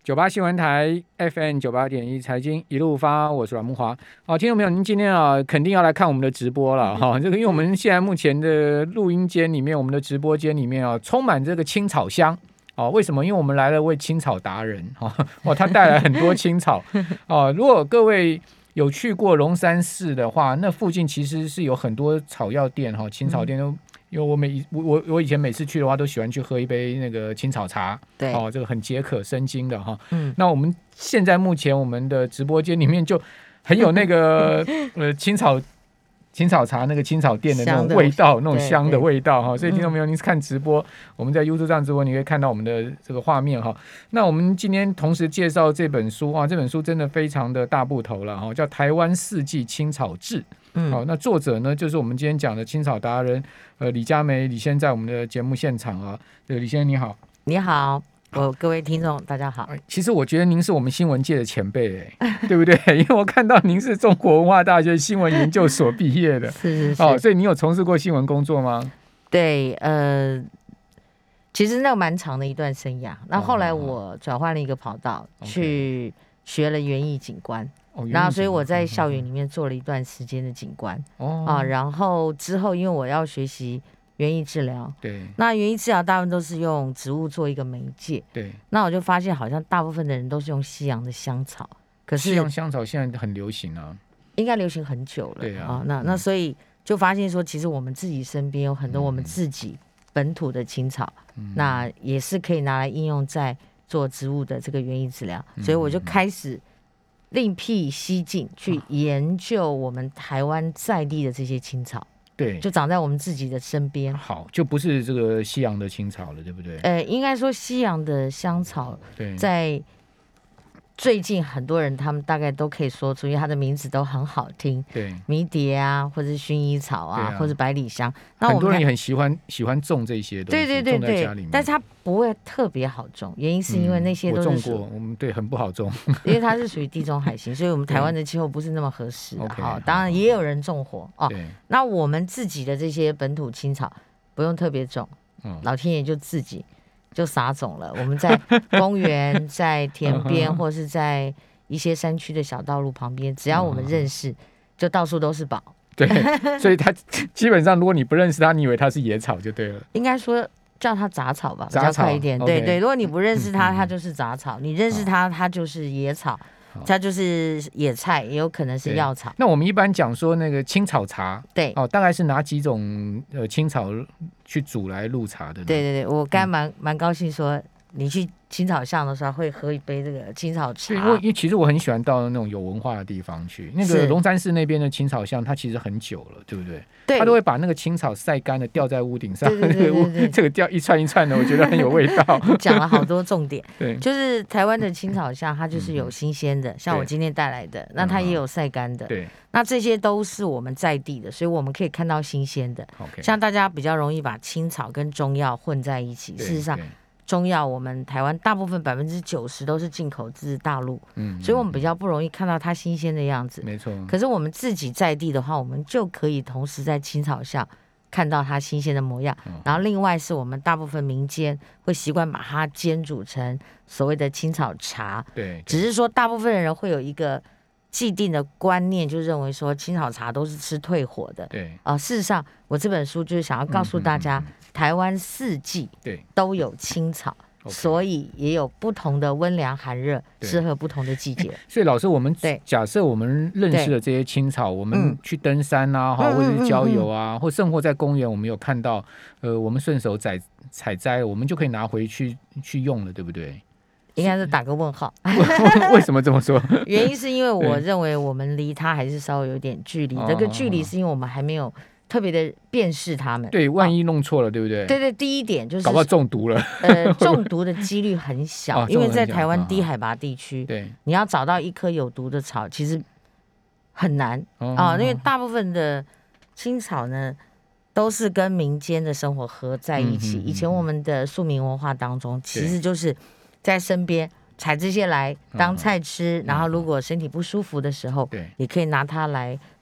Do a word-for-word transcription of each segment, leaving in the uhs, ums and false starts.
九八新闻台 F M 九八点一财经一路发，我是阮慕骅。好，听众朋友，您今天啊肯定要来看我们的直播了哈。这个因为我们现在目前的录音间里面，我们的直播间里面啊，充满这个青草香。哦，为什么？因为我们来了位青草达人哈，哦，他带来很多青草哦。如果各位有去过龙山寺的话，那附近其实是有很多草药店哈，青草店都。嗯因为我每我我以前每次去的话，都喜欢去喝一杯那个青草茶， 对， 哦，这个很解渴生津的哈。 嗯， 那我们现在目前我们的直播间里面就很有那个呃青草青草茶那个青草店的那种味道，那种香的味道哈。所以听众朋友，您看直播，我们在 YouTube 上直播，你可以看到我们的这个画面哈。那我们今天同时介绍这本书啊，这本书真的非常的大部头了哈，叫《台湾四季青草志》。嗯，好，那作者呢，就是我们今天讲的青草达人，呃，李佳梅李先生在我们的节目现场啊。对，李先生你好。 你好，我各位听众大家好。 其实我觉得您是我们新闻界的前辈，哎，对不对？因为我看到您是中国文化大学新闻研究所毕业的， 是是是， 哦，所以你有从事过新闻工作吗？ 对，呃，其实那蛮长的一段生涯。那后来我转换了一个跑道，哦、去学了园艺景观。哦、然后，所以我在校园里面做了一段时间的景观、哦、啊，然后之后因为我要学习园艺治疗， 对， 那园艺治疗大部分都是用植物做一个媒介， 对， 那我就发现好像大部分的人都是用西洋的香草，可是西洋香草现在很流行啊， 应该流行很久了， 对啊， 啊那那所以就发现说，其实我们自己身边有很多我们自己本土的青草，嗯、那也是可以拿来应用在做植物的这个园艺治疗，所以我就开始。另辟蹊径去研究我们台湾在地的这些青草， 对， 就长在我们自己的身边。 好，就不是这个西洋的青草了，对不对？ 呃，应该说西洋的香草，在最近很多人他们大概都可以说出，因为它的名字都很好听， 对， 迷迭啊，或者是薰衣草 啊, 啊，或者百里香。那很多人也很喜欢喜欢种这些东西， 对对对对， 种在家里面， 但是它不会特别好种，原因是因为那些都是、嗯、 我种过，我们对很不好种， 因为它是属于地中海型，所以我们台湾的气候不是那么合适的。好，当然也有人种活哦。那我们自己的这些本土青草不用特别种，嗯、老天爷就自己就撒种了。我们在公园、在田边，或是在一些山区的小道路旁边，只要我们认识，就到处都是宝。 对，所以它基本上，如果你不认识它，你以为它是野草就对了。 应该说叫它杂草吧，比较快一点。对对，如果你不认识它，它就是杂草；你认识它，它就是野草。它就是野菜，也有可能是药草。 那我们一般讲说那个青草茶， 对哦，大概是哪几种呃青草去煮来入茶的呢？ 对对对，我刚蛮蛮、嗯、高兴说你去青草巷的时候会喝一杯这个青草茶。 因为因为其实我很喜欢到那种有文化的地方去，那个龙山寺那边的青草巷，它其实很久了，对不对？对，他都会把那个青草晒干的吊在屋顶上， 对对对对对这个吊一串一串的，我觉得很有味道。 讲了好多重点， 对， 就是台湾的青草巷，它就是有新鲜的，嗯、像我今天带来的，那它也有晒干的， 对， 那这些都是我们在地的，所以我们可以看到新鲜的。 Okay. 像大家比较容易把青草跟中药混在一起，事实上。中药我们台湾大部分百分之九十都是进口自大陆，嗯，所以我们比较不容易看到它新鲜的样子， 没错。 可是我们自己在地的话，我们就可以同时在青草巷看到它新鲜的模样。嗯、然后另外是我们大部分民间会习惯把它煎煮成所谓的青草茶， 对， 只是说大部分人会有一个既定的观念，就認為說青草茶都是吃退火的。 對啊、呃，事實上，我這本書就是想要告訴大家，嗯嗯嗯台灣四季都有青草，所以也有不同的溫涼寒熱，適合不同的季節。 所以老師，我們假設我們認識了這些青草，我們去登山啊，或者是郊遊啊，嗯嗯嗯嗯或生活在公園，我們有看到，呃，我們順手採採摘，我們就可以拿回去去用了，對不對？ 應該是打個問號。 為什麼這麼說？ 原因是因為我認為我們離它還是稍微有點距離，這個距離是因為我們還沒有特別的辨識它們。 對，萬一弄錯了，對不對？ 對對，第一點就是搞不好中毒了。 呃，中毒的幾率很小，哦、因為在台灣低海拔地區， 對， 你要找到一棵有毒的草，其實很難啊、 哦呃，因為大部分的青草呢，都是跟民間的生活合在一起。嗯、以前我們的庶民文化當中，其實就是在身邊採這些來當菜吃，嗯、然後如果身體不舒服的時候，也可以拿它來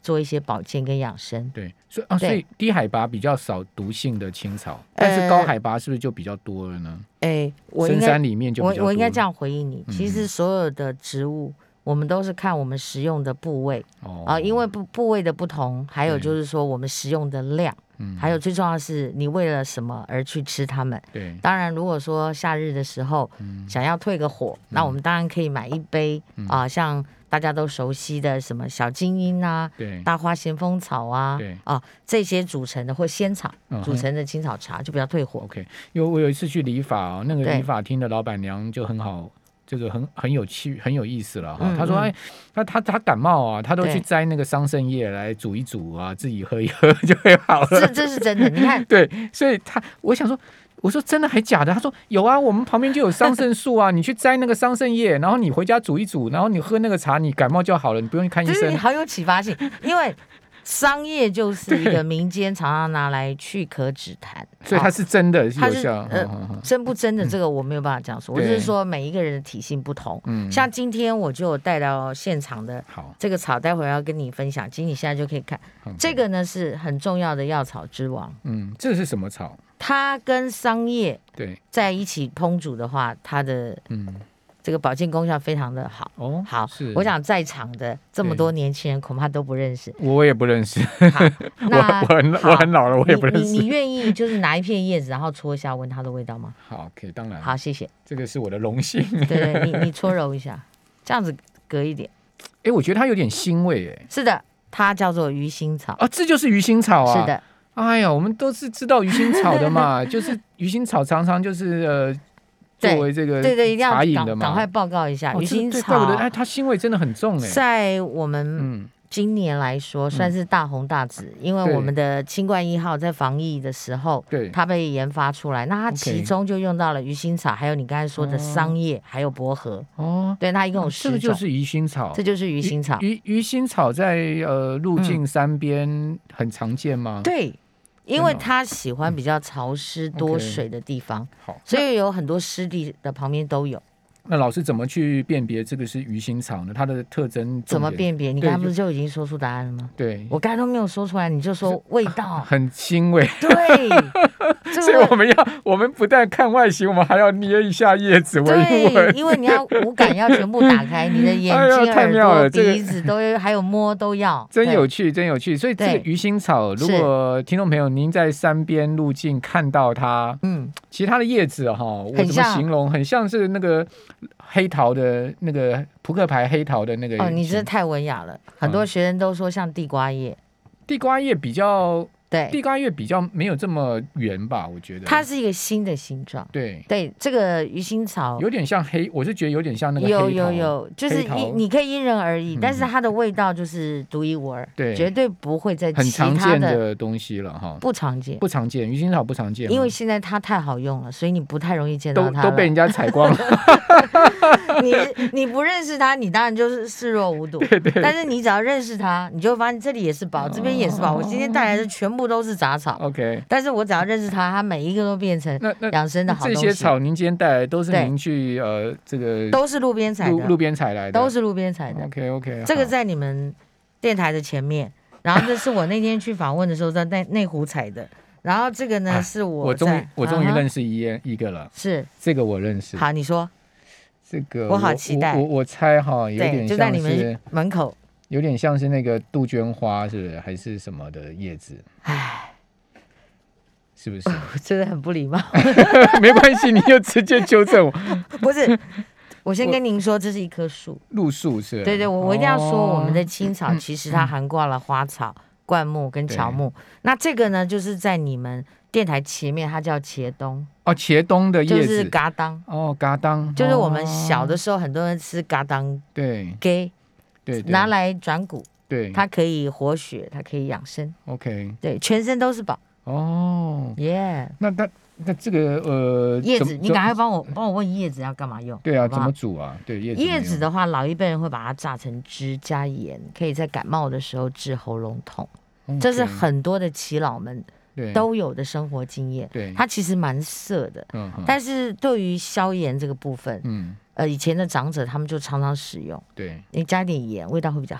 做一些保健跟养生。 对，所以啊，所以低海拔比较少毒性的青草，但是高海拔是不是就比较多了呢？ 哎、呃， 深山里面就比较多了。 我我应该这样回应你，其实所有的植物。嗯，我们都是看我们食用的部位啊、哦呃，因为部部位的不同，还有就是说我们食用的量，嗯，还有最重要的是你为了什么而去吃它们。 对， 当然如果说夏日的时候、嗯、想要退个火、嗯，那我们当然可以买一杯啊、嗯呃，像大家都熟悉的什么小金樱啊， 对， 大花咸丰草啊， 对啊、呃、这些组成的或仙草、嗯、组成的青草茶就比较退火。 OK， 因为我有一次去理发、哦，那个理发厅的老板娘就很好。这个很很有趣，很有意思了哈。嗯嗯，他说：“哎，他他他感冒啊，他都去摘那个桑葚叶来煮一煮啊，自己喝一喝就会好了。” 这这是真的，你看， 对，所以他我想说，我说真的还假的？他说有啊，我们旁边就有桑葚树啊，你去摘那个桑葚叶，然后你回家煮一煮，然后你喝那个茶，你感冒就好了，你不用去看医生。 你好有启发性，因为。桑叶就是一个民间常常拿来去咳止痰， 所以它是真的， 它是呃真不真的这个我没有办法这样说，我只是说每一个人的体性不同。嗯，像今天我就有带到现场的这个草，待会要跟你分享，其实你现在就可以看，这个呢是很重要的药草之王。 嗯，这是什么草？ 它跟桑叶对在一起烹煮的话，它的嗯。这个保健功效非常的好哦， 好，我想在场的这么多年轻人恐怕都不认识， 我也不认识。 好，那我很我很老了，我也不认识。 你你愿意就是拿一片叶子，然后搓一下，闻它的味道吗？ 好，可以，当然。 好，谢谢。 这个是我的荣幸。 对对，你你搓揉一下，这样子隔一点。 哎，我觉得它有点腥味，哎。 是的，它叫做鱼腥草啊，这就是鱼腥草啊。 是的。 哎呀，我们都是知道鱼腥草的嘛，就是鱼腥草常常就是呃。作为这个对对，一定要茶饮的嘛， 赶快报告一下， 哦、 鱼腥草， 哎，它腥味真的很重哎。 在我们今年来说，算是大红大紫，嗯、因为我们的清冠一号在防疫的时候， 对， 它被研发出来，那它其中就用到了鱼腥草，还有你刚才说的桑叶，哦、还有薄荷。哦，对，它一共有十种。 这个就是鱼腥草， 这就是鱼腥草。 鱼鱼腥草在呃路径山边很常见吗？ 嗯、对。因为它喜欢比较潮湿多水的地方，好，所以有很多湿地的旁边都有。 那老师怎么去辨别这个是鱼腥草呢？它的特征怎么辨别？你刚才不是就已经说出答案了吗？ 对， 我刚才都没有说出来，你就说味道很腥味。 对， 所以我们要，我们不但看外形，我们还要捏一下叶子闻一闻。 对，因为你要五感要全部打开，你的眼睛、耳朵、鼻子都还有摸都要。 真有趣，真有趣。所以这个鱼腥草，如果听众朋友您在山边路径看到它，嗯，其实它的叶子哈，我怎么形容？很像是那个。黑桃的那个扑克牌黑桃的那个哦，你真的太文雅了。很多学生都说像地瓜叶，嗯、 地瓜叶比较对， 地瓜叶比较没有这么圆吧，我觉得它是一个新的形状。 对对，这个鱼腥草有点像黑，我是觉得有点像那个黑桃。 有有有，就是你你可以因人而异，嗯、但是它的味道就是独一无二， 对， 绝对不会在很其他的常见的东西了哈， 不常见， 不常见，鱼腥草不常见， 因为现在它太好用了，所以你不太容易见到它都，都被人家采光了。 你你不认识它，你当然就是视若无睹。 对 对, 对。 但是你只要认识它，你就会发现这里也是宝，哦、这边也是宝。我今天带来的全部都是杂草。 OK。 但是我只要认识它，它每一个都变成养生的好东西。 这些草您今天带来都是您去呃这个都是路边采的， 路边采来的， 都是路边采的。 OK OK。 这个在你们电台的前面，然后这是我那天去访问的时候在内内湖采的。然后这个呢、啊、是我我终于我终于认识一、啊、一个了， 是这个我认识。 好，你说。 这个我好期待。 我 我, 我猜哈，有点像是就在你们门口， 有点像是那个杜鹃花，是不是？还是什么的叶子？唉，是不是？ 真的很不礼貌。 没关系，你就直接纠正我。 不是，我先跟您说，这是一棵树， 路树是。 对对，我我一定要说，我们的青草其实它涵盖了花草、灌木跟乔木。那这个呢，就是在你们电台前面，它叫茄冬。 哦，茄冬的叶子就是嘎当哦，嘎当就是我们小的时候很多人吃嘎当， 对， 给对拿来转骨， 对， 它可以活血，它可以养生 ，OK， 对，全身都是宝哦， 耶、yeah 。 那那那这个呃叶子，你赶快帮我帮我问叶子要干嘛用？ 对啊， 好不好怎么煮啊？对，叶子叶子的话，老一辈人会把它榨成汁加盐，可以在感冒的时候治喉咙痛， okay 这是很多的耆老们。都有的生活经验， 对， 它其实蛮涩的，嗯，但是对于消炎这个部分，嗯，呃，以前的长者他们就常常使用， 对， 你加点盐，味道会比较好。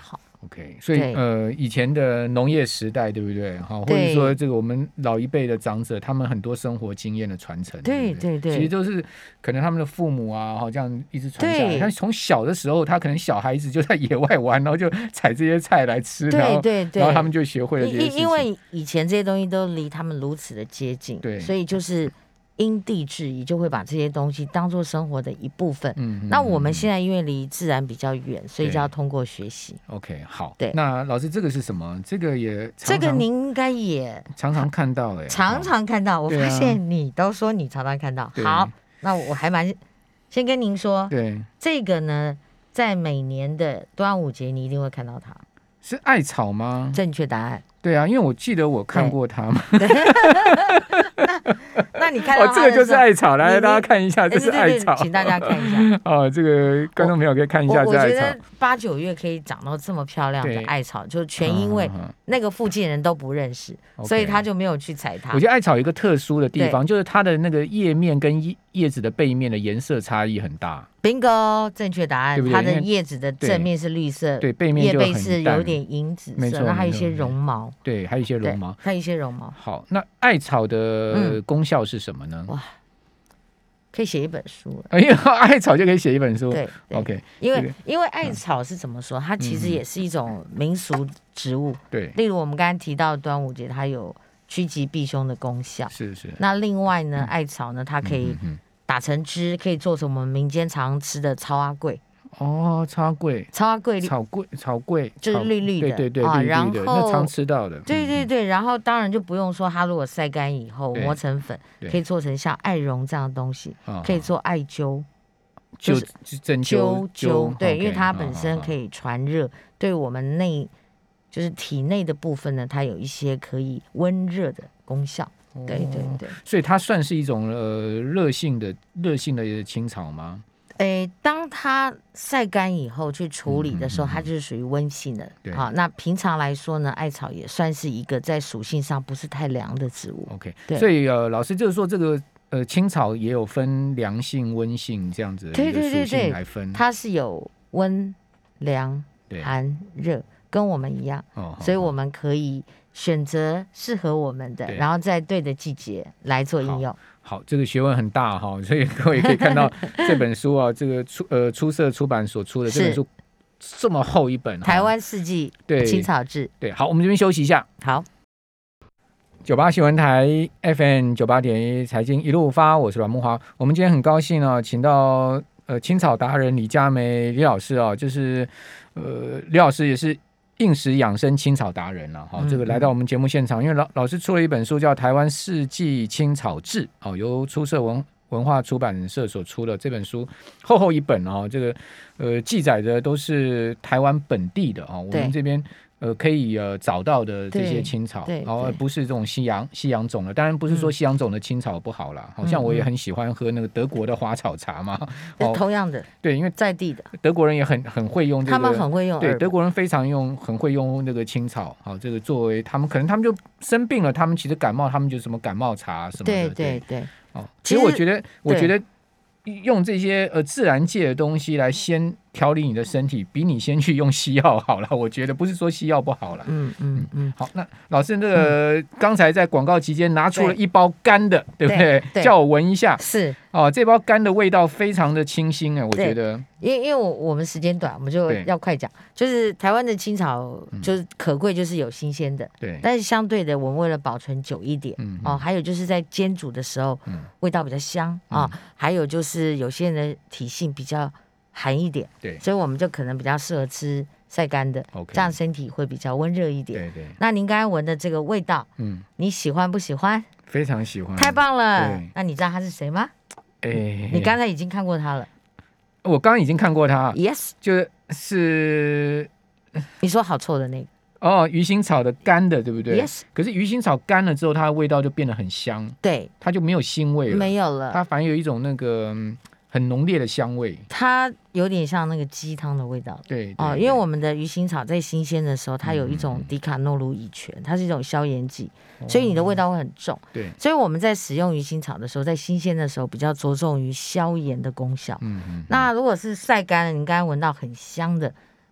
OK， 所以呃，以前的农业时代，对不对？哈，或者说这个我们老一辈的长者，他们很多生活经验的传承， 对对 对, 对， 其实都是可能他们的父母啊，哈，这样一直传下来。他从小的时候，他可能小孩子就在野外玩，然后就采这些菜来吃， 对对对， 然后他们就学会了这些事情。 因为以前这些东西都离他们如此的接近，对，所以就是因地制宜，就会把这些东西当作生活的一部分。嗯，那我们现在因为离自然比较远，所以就要通过学习。 OK， 好， 对。 那老师，这个是什么？这个也常常这个您应该也常常看到哎、欸， 常常看到。我发现你都说你常常看到。好，那我还蛮先跟您说， 对， 这个呢，在每年的端午节你一定会看到它。 是艾草吗？ 正确答案。 对啊，因为我记得我看过它嘛。 那, 那你看到、 哦、这个就是艾草，来大家看一下，这是艾草， 对对对，请大家看一下。 哦，这个观众朋友可以看一下， 我, 我觉得八九月可以长到这么漂亮的艾草，就全因为那个附近人都不认识，嗯、所以他就没有去采它。 我觉得艾草有一个特殊的地方，就是它的那个叶面跟叶子的背面的颜色差异很大。 bingo， 正确答案。对对，它的叶子的正面是绿色， 对，背面叶背是有点银紫色，那还有一些绒毛。 对，还有一些绒毛， 还有一些绒毛。 好，那艾草的功效是什么呢？ 嗯、哇，可以写一本书了。 哎呀，艾草就可以写一本书。 对 ，OK， 因为、这个、因为艾草是怎么说？它其实也是一种民俗植物。对、嗯，例如我们刚才提到端午节，它有趋吉避凶的功效。 是是。 那另外呢，嗯、艾草呢，它可以、嗯。嗯嗯打成汁，可以做成我们民间常吃的草仔粿。 哦，草仔粿， 草仔粿， 草粿，草粿就是绿绿的， 对对对， 啊， 绿绿的， 然后那常吃到的。 对对对，然后当然就不用说，它如果晒干以后磨成粉，可以做成像艾绒这样的东西，可以做艾灸， 就是针灸灸，对，因为它本身可以传热，对我们内就是体内的部分呢，它有一些可以温热的功效。对对对， 所以它算是一种呃热性的热性的青草吗？ 诶，当它晒干以后去处理的时候，嗯嗯嗯、它就是属于温性的。对，好，那平常来说呢，艾草也算是一个在属性上不是太凉的植物。 OK， 所以呃，老师就是说这个呃青草也有分凉性、温性这样子的一个属性来分， 它是有温、凉、寒、热，跟我们一样，哦、所以我们可以选择适合我们的，然后在对的季节来做应用。 好，好，这个学问很大哈，所以各位可以看到这本书啊，这个出呃出色出版所出的这本书这么厚一本， 台湾四季青草志。 对，好，我们这边休息一下。 好， 九八新闻台 F M 九八点一财经一路发，我是阮慕骅。我们今天很高兴啊，请到呃青草达人李佳梅李老师啊，就是呃李老师也是应时养生青草达人了、啊、哈、嗯，这个来到我们节目现场，因为老老师出了一本书叫《台湾四季青草志》哦，由出色文文化出版社所出的这本书，厚厚一本哦，这个呃记载的都是台湾本地的啊、哦，我们这边呃可以呃找到的这些青草，然后、哦、不是这种西洋西洋种的，当然不是说西洋种的青草不好啦，好、嗯、像我也很喜欢喝那个德国的花草茶嘛， 嗯哦、同样的， 对，因为在地的德国人也很很会用、这个， 他们很会用， 对，德国人非常用很会用那个青草，好、哦，这个作为他们可能他们就生病了，他们其实感冒，他们就什么感冒茶什么的， 对对 对, 对， 哦，其实我觉得，我觉得。用这些呃自然界的东西来先调理你的身体，比你先去用西药好了。我觉得不是说西药不好了。嗯嗯嗯。好，那老师这个刚才在广告期间拿出了一包干的，对, 对不对？对，叫我闻一下。 是。 哦，这包干的味道非常的清新哎，我觉得。 因为因为我我们时间短，我们就要快讲。就是台湾的青草，就是可贵，就是有新鲜的。对。但是相对的，我们为了保存久一点，嗯哦，还有就是在煎煮的时候，嗯，味道比较香啊、嗯哦。还有就是有些人的体性比较寒一点，对，所以我们就可能比较适合吃晒干的， okay, 这样身体会比较温热一点。对对。那您刚才闻的这个味道，嗯，你喜欢不喜欢？ 非常喜欢， 太棒了。那你知道他是谁吗？哎、欸，你刚才已经看过他了。 我刚刚已经看过他 ，yes， 就是你说好臭的那个哦，鱼腥草的干的，对不对 ？yes。 可是鱼腥草干了之后，它的味道就变得很香，对，它就没有腥味了， 没有了， 它反而有一种那个很浓烈的香味， 它有点像那个鸡汤的味道。对, 对, 对哦，因为我们的鱼腥草在新鲜的时候，它有一种迪卡诺鲁乙醛，它是一种消炎剂，嗯、所以你的味道会很重。对，所以我们在使用鱼腥草的时候，在新鲜的时候比较着重于消炎的功效。嗯嗯。那如果是晒干了，你刚刚闻到很香的，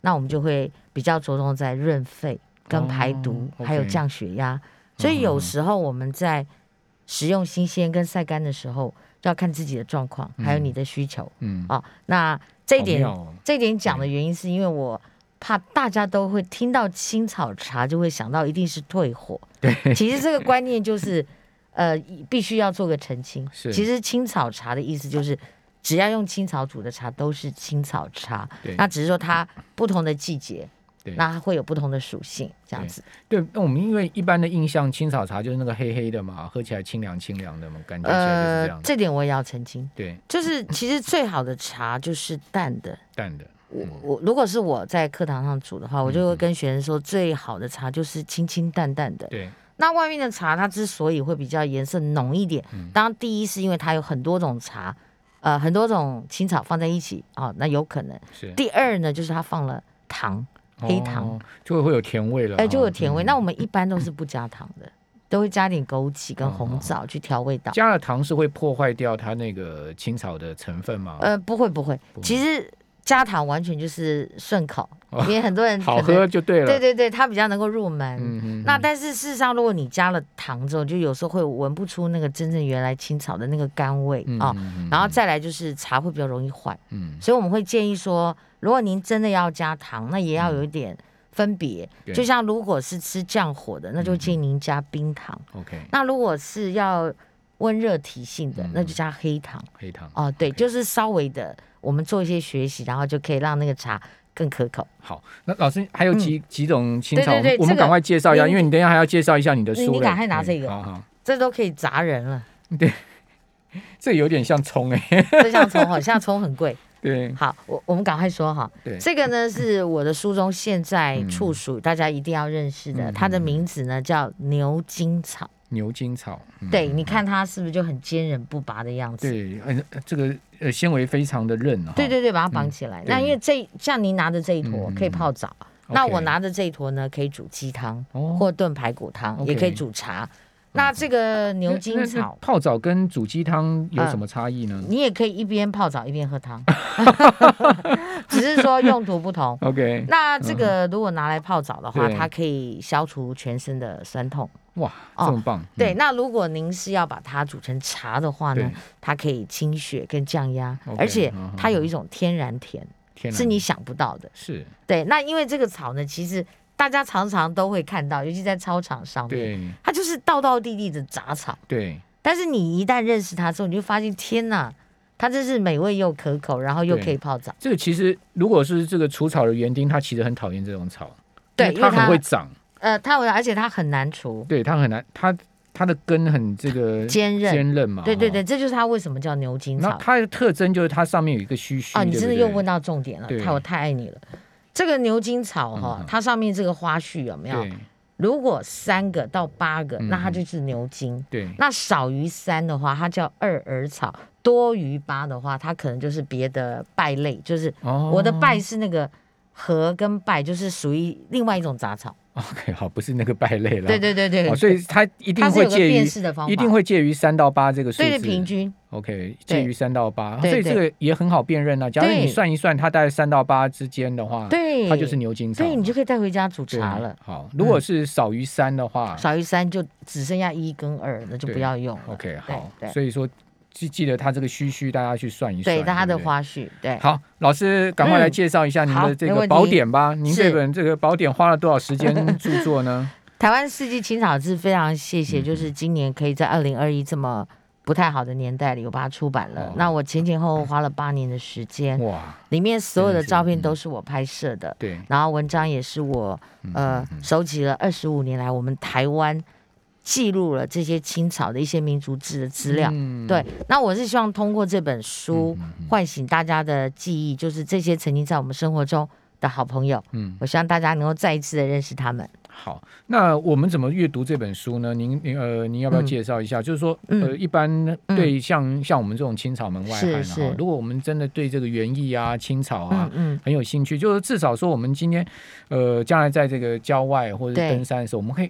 那我们就会比较着重在润肺跟排毒，哦、还有降血压。所以有时候我们在食用新鲜跟晒干的时候，就要看自己的状况，还有你的需求。嗯，哦，那这一点、哦、这一点讲的原因是因为我怕大家都会听到青草茶就会想到一定是退火。 对， 其实这个观念就是呃必须要做个澄清。其实青草茶的意思就是只要用青草煮的茶都是青草茶，那只是说它不同的季节。那它会有不同的属性，这样子。 对，那我们因为一般的印象，青草茶就是那个黑黑的嘛，喝起来清凉清凉的嘛，感觉起来就是这样、呃。 这点我也要澄清。 对， 就是其实最好的茶就是淡的， 淡的。 我我如果是我在课堂上煮的话，我就会跟学生说，最好的茶就是清清淡淡的。 对。 那外面的茶，它之所以会比较颜色浓一点，嗯、当然第一是因为它有很多种茶，呃，很多种青草放在一起啊、哦，那有可能。 是。 第二呢，就是它放了糖。黑糖、 哦、就会有甜味了， 哎、欸，就有甜味、嗯。那我们一般都是不加糖的，都会加点枸杞跟红枣去调味道。 加了糖是会破坏掉它那个青草的成分吗？ 呃，不会不会，其实加糖完全就是顺口，哦、因为很多人好喝就对了。 对对对，它比较能够入门。嗯嗯。那但是事实上，如果你加了糖之后，就有时候会闻不出那个真正原来青草的那个甘味啊、嗯哦。然后再来就是茶会比较容易坏。嗯。所以我们会建议说，如果您真的要加糖，那也要有一点分别、嗯、就像如果是吃降火的，那就建议您加冰糖、嗯、OK。那如果是要温热提性的、嗯、那就加黑糖。 黑糖哦，对、okay. 就是稍微的我们做一些学习，然后就可以让那个茶更可口。 好，那老师还有几、嗯、几种青草， 对对对， 我们赶快介绍一下、這個、因为你等一下还要介绍一下你的书。 你赶快拿这个、 好好， 这都可以砸人了。 对，这有点像葱哎、 欸，这像葱哈，现在葱很贵。 对， 好，我我们赶快说哈。对，这个呢是我的书中现在处属、嗯、大家一定要认识的，嗯、它的名字呢叫牛筋草。 牛筋草， 嗯、对，你看它是不是就很坚韧不拔的样子？ 对，这个呃纤维非常的韧、啊。 对对对，把它绑起来。嗯、那因为这像您拿的这一坨可以泡澡，嗯、那我拿的这一坨呢可以煮鸡汤、哦、或炖排骨汤， okay. 也可以煮茶。那这个牛筋草泡澡跟煮鸡汤有什么差异呢、 呃？你也可以一边泡澡一边喝汤，只是说用途不同。 OK， 那这个如果拿来泡澡的话，它可以消除全身的酸痛。 哇，这么棒！哦、 对、嗯，那如果您是要把它煮成茶的话呢，它可以清血跟降压， okay, 而且它有一种天然甜，天然是你想不到的。 是， 对。那因为这个草呢，其实大家常常都会看到，尤其在操场上面，它就是道道地地的杂草。 对。 但是你一旦认识它之后，你就发现天哪，它真是美味又可口，然后又可以泡澡。 这个其实如果是这个除草的园丁，他其实很讨厌这种草， 对， 因为它很会长。 呃，它而且它很难除， 对，它很难，它它的根很这个坚韧坚韧嘛， 对对对，这就是它为什么叫牛筋草。 那它的特征就是它上面有一个须须。 啊，你真的又问到重点了，太我太爱你了。这个牛筋草哈、嗯，它上面这个花絮有没有？如果三个到八个，嗯、那它就是牛筋。对，那少于三的话，它叫二耳草；多于八的话，它可能就是别的败类，就是我的败是那个禾跟败，就是属于另外一种杂草。 OK， 好，不是那个败类了。 对对对对、哦， 所以它一定会介于一定会介于三到八这个数字， 对对，平均。 OK， 介于三到八，所以这个也很好辨认啊。假如你算一算，它大概三到八之间的话，对，它就是牛筋草， 对，你就可以带回家煮茶了。 好，如果是少于三的话， 嗯、少于三就只剩下一跟二，那就不要用了。 OK， 好，所以说。记记得它这个须须，大家去算一算。 对，它的花絮。对， 好，老师赶快来介绍一下您的这个宝典吧。嗯、您这本这个宝典花了多少时间著作呢？ 台湾四季青草志非常谢谢，就是今年可以在二零二一这么不太好的年代里，我把它出版了。哦、那我前前后后花了八年的时间，哇，里面所有的照片都是我拍摄的，对、嗯，然后文章也是我呃收集了二十五年来我们台湾。记录了这些青草的一些民族志的资料、嗯，对。那我是希望通过这本书唤醒大家的记忆，就是这些曾经在我们生活中的好朋友。嗯，我希望大家能够再一次的认识他们。 好，那我们怎么阅读这本书呢？您您呃，您要不要介绍一下？嗯、就是说，呃，一般对像、嗯、像我们这种青草门外汉啊，如果我们真的对这个园艺啊、青草啊、嗯嗯、很有兴趣，就是至少说我们今天呃将来在这个郊外或者登山的时候，我们可以哎。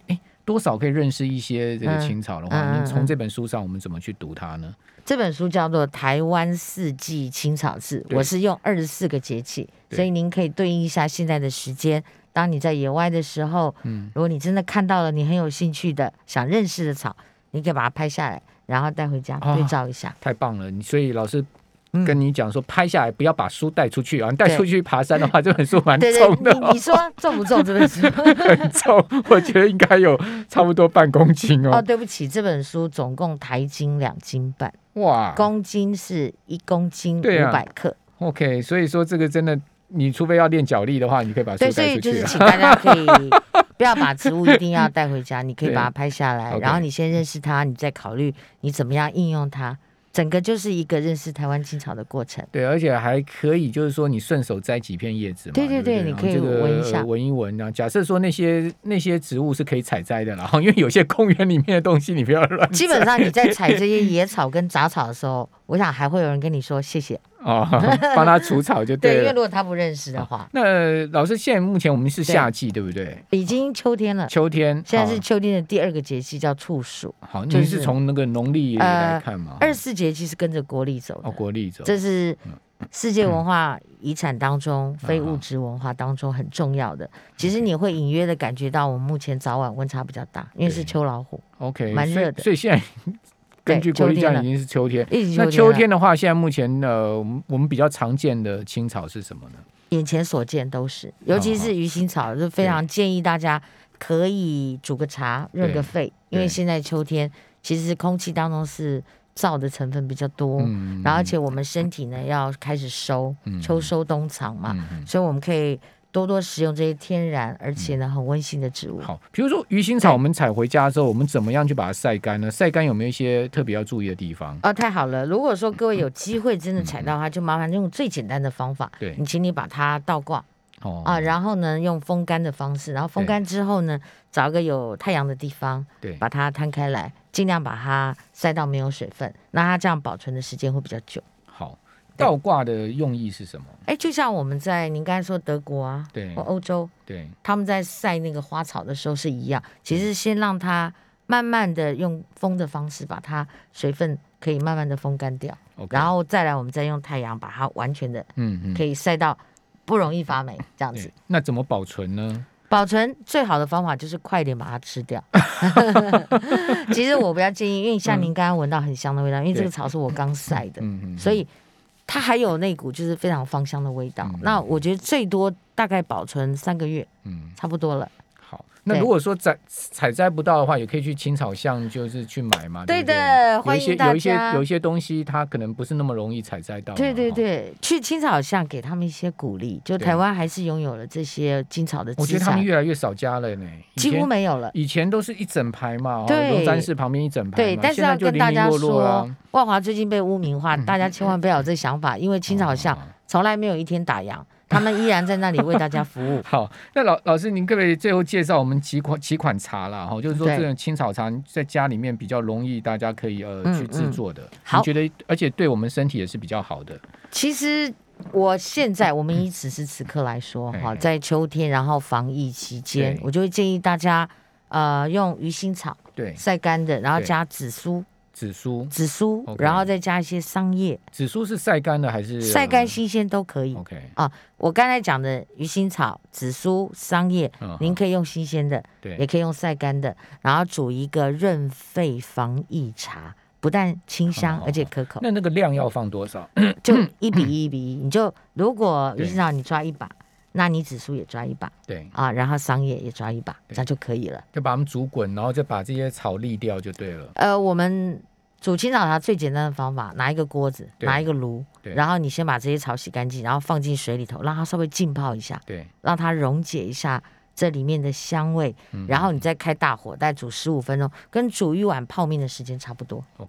多少可以认识一些这个青草的话，嗯、您从这本书上我们怎么去读它呢？ 这本书叫做《台湾四季青草志》，我是用二十四个节气，所以您可以对应一下现在的时间。当你在野外的时候，嗯，如果你真的看到了你很有兴趣的、想认识的草，你可以把它拍下来，然后带回家对照一下。 哦、太棒了！所以老师跟你讲说，拍下来不要把书带出去啊！你带出去爬山的话，这本书蛮重的、哦。 你, 你说重不重？这本书很重，我觉得应该有差不多半公斤哦。 哦，对不起，这本书总共台斤两斤半。 哇， 公斤是一公斤五百克、啊。 OK， 所以说这个真的，你除非要练脚力的话，你可以把书带出去。 对，所以就是请大家可以不要把植物一定要带回家，你可以把它拍下来，然后你先认识它，你再考虑你怎么样应用它。整个就是一个认识台湾青草的过程。 对，而且还可以就是说你顺手摘几片叶子嘛。 对对 对, 对，你可以闻一下， 闻一闻啊。假设说那些那些植物是可以采摘的，然后因为有些公园里面的东西你不要乱摘。 基本上你在采这些野草跟杂草的时候，我想还会有人跟你说谢谢。 哦，帮他除草就对了。 对，因为如果他不认识的话。 那老师，现在目前我们是夏季， 对, 对不对？ 已经秋天了。 秋天， 现在是秋天的第二个节气，叫处暑。 好，你是从那个农历来看吗？ 二十四节气是跟着国历走的。 哦，国历走。 这是世界文化遗产当中、嗯、非物质文化当中很重要的。其实你会隐约的感觉到，我们目前早晚温差比较大，因为是秋老虎。 OK， 蛮热的。 所以现在。根据国历讲，已经是秋天。那秋天的话，现在目前呃，我们比较常见的青草是什么呢？ 眼前所见都是，尤其是鱼腥草，就非常建议大家可以煮个茶润个肺，因为现在秋天其实空气当中是燥的成分比较多，嗯、然后而且我们身体呢要开始收，嗯、秋收冬藏嘛，嗯、所以我们可以多多使用这些天然而且呢很温馨的植物。 好，比如说鱼腥草，我们采回家之后，我们怎么样去把它晒干呢？晒干有没有一些特别要注意的地方？ 哦，太好了！如果说各位有机会真的采到它，就麻烦用最简单的方法，对，你请你把它倒挂。哦啊，然后呢，用风干的方式，然后风干之后呢，找一个有太阳的地方，对，把它摊开来，尽量把它晒到没有水分，那它这样保存的时间会比较久。 好。倒挂的用意是什么？ 哎，就像我们在您刚才说德国啊，对，或欧洲，对，他们在晒那个花草的时候是一样，其实先让它慢慢的用风的方式把它水分可以慢慢的风干掉， okay. 然后再来我们再用太阳把它完全的，嗯嗯，可以晒到不容易发霉这样子。 那怎么保存呢？ 保存最好的方法就是快点把它吃掉。其实我比较建议，因为像您刚刚闻到很香的味道，因为这个草是我刚晒的，所以它还有那股就是非常芳香的味道。嗯、那我觉得最多大概保存三个月，嗯，差不多了。 好，那如果说采采摘不到的话，也可以去青草巷，就是去买嘛。 对的， 对对欢迎大家。 有一些有一些有一些东西，它可能不是那么容易采摘到。 对对对，去青草巷给他们一些鼓励，就台湾还是拥有了这些青草的资产。 我觉得他们越来越少加了呢， 几乎没有了。 以前都是一整排嘛，龙山寺旁边一整排嘛。 对，但是要跟大家说，万华最近被污名化， 嗯、 大家千万不要有这想法，因为青草巷从来没有一天打烊。他们依然在那里为大家服务。 好，那老老师，您可不可以最后介绍我们几款几款茶啦？哈，就是说这种青草茶在家里面比较容易，大家可以呃、嗯、去制作的。好，你觉得而且对我们身体也是比较好的。 其实我现在我们以此时此刻来说，哈、嗯，在秋天然后防疫期间，我就会建议大家呃用鱼腥草，对，晒干的，然后加紫苏。 紫苏， 紫苏， okay. 然后再加一些桑叶。 紫苏是晒干的还是晒干新鲜都可以 ？OK 啊，我刚才讲的鱼腥草、紫苏、桑叶，嗯、您可以用新鲜的，对，也可以用晒干的，然后煮一个润肺防疫茶，不但清香、嗯、而且可口。 那那个量要放多少？ 就一比一比一，你就如果鱼腥草你抓一把。那你紫苏也抓一把，对啊，然后桑叶也抓一把，这样就可以了。 就把它们煮滚，然后就把这些草沥掉就对了。 呃，我们煮青草茶最简单的方法，拿一个锅子，拿一个炉，然后你先把这些草洗干净，然后放进水里头，让它稍微浸泡一下，对，让它溶解一下这里面的香味，嗯、然后你再开大火，再煮十五分钟，跟煮一碗泡面的时间差不多。 OK，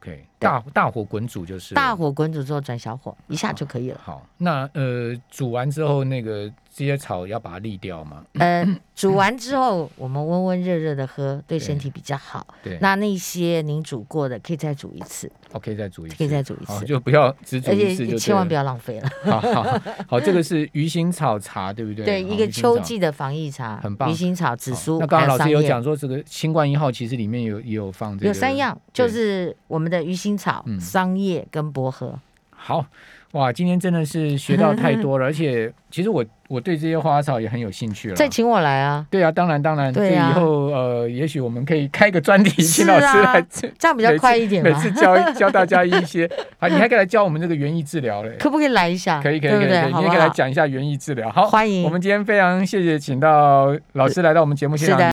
大大火滚煮就是了大火滚煮之后转小火一下就可以了。 好，好那呃煮完之后那个这些草要把它沥掉吗？ 呃，煮完之后我们温温热热的喝，对身体比较好。 对， 那那些您煮过的可以再煮一次。 哦，可以再煮一次， 可以再煮一次， 就不要只煮一次就对了， 而且千万不要浪费了。 好好 好, 好，这个是鱼腥草茶，对不对？ 对，一个秋季的防疫茶， 很棒。 鱼腥草、紫苏， 那刚刚老师有讲说，这个新冠一号其实里面有也有放这个， 有三样，就是我们的鱼腥草、嗯、桑叶跟薄荷。 好。哇，今天真的是学到太多了，而且其实我我对这些花草也很有兴趣了。 再请我来啊！ 对啊，当然当然，对啊，以后呃，也许我们可以开个专题，请老师来， 这样比较快一点嘛。每次教教大家一些啊，你还可以来教我们这个园艺治疗嘞， 可不可以来一下？ 可以可以可以，你也可以来讲一下园艺治疗。好， 欢迎。 我们今天非常谢谢请到老师来到我们节目现场。